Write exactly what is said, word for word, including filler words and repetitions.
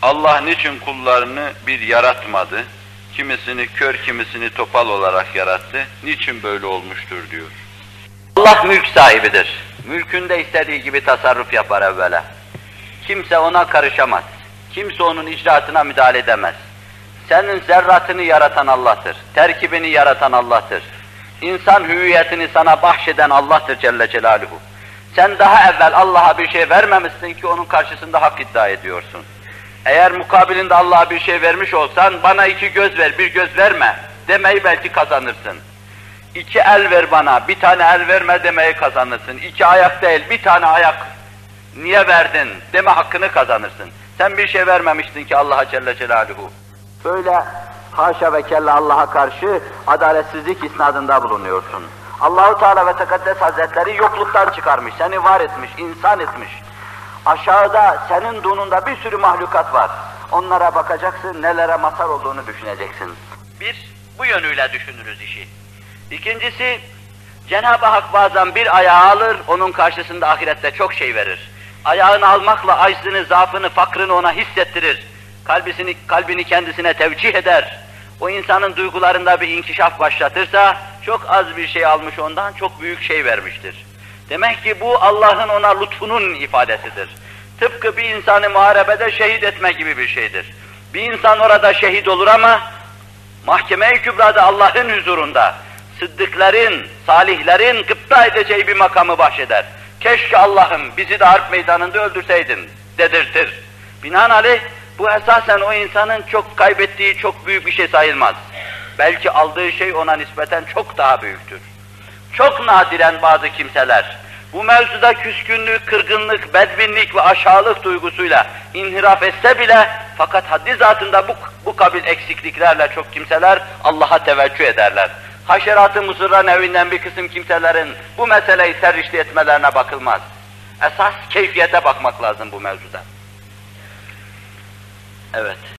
Allah niçin kullarını bir yaratmadı? Kimisini kör, kimisini topal olarak yarattı. Niçin böyle olmuştur diyor. Allah mülk sahibidir. Mülkünde istediği gibi tasarruf yapar evvela. Kimse ona karışamaz. Kimse onun icraatına müdahale edemez. Senin zerratını yaratan Allah'tır. Terkibini yaratan Allah'tır. İnsan hüviyetini sana bahşeden Allah'tır Celle Celaluhu. Sen daha evvel Allah'a bir şey vermemişsin ki onun karşısında hak iddia ediyorsun. Eğer mukabilinde Allah'a bir şey vermiş olsan, bana iki göz ver, bir göz verme demeyi belki kazanırsın. İki el ver bana, bir tane el verme demeyi kazanırsın. İki ayak değil, bir tane ayak niye verdin deme hakkını kazanırsın. Sen bir şey vermemiştin ki Allah'a Celle Celaluhu. Böyle haşa ve kella Allah'a karşı adaletsizlik isnadında bulunuyorsun. Allahu Teala ve Tekaddes Hazretleri yokluktan çıkarmış, seni var etmiş, insan etmiş. Aşağıda senin dununda bir sürü mahlukat var. Onlara bakacaksın, nelere mazhar olduğunu düşüneceksin. Bir, bu yönüyle düşünürüz işi. İkincisi, Cenab-ı Hak bazen bir ayağı alır, onun karşısında ahirette çok şey verir. Ayağını almakla aczını, zaafını, fakrını ona hissettirir. Kalbisini, kalbini kendisine tevcih eder. O insanın duygularında bir inkişaf başlatırsa, çok az bir şey almış ondan, çok büyük şey vermiştir. Demek ki bu Allah'ın ona lütfunun ifadesidir. Tıpkı bir insanı muharebede şehit etme gibi bir şeydir. Bir insan orada şehit olur ama mahkeme-i kübrada Allah'ın huzurunda sıddıkların, salihlerin gıpta edeceği bir makamı bahşeder. Keşke Allah'ım bizi de harp meydanında öldürseydin dedirtir. Binaenaleyh bu esasen o insanın çok kaybettiği çok büyük bir şey sayılmaz. Belki aldığı şey ona nispeten çok daha büyüktür. Çok nadiren bazı kimseler bu mevzuda küskünlük, kırgınlık, bedbinlik ve aşağılık duygusuyla inhiraf etse bile fakat haddi zatında bu, bu kabil eksikliklerle çok kimseler Allah'a teveccüh ederler. Haşerat-ı Mısırra nevinden bir kısım kimselerin bu meseleyi serrişte etmelerine bakılmaz. Esas keyfiyete bakmak lazım bu mevzuda. Evet.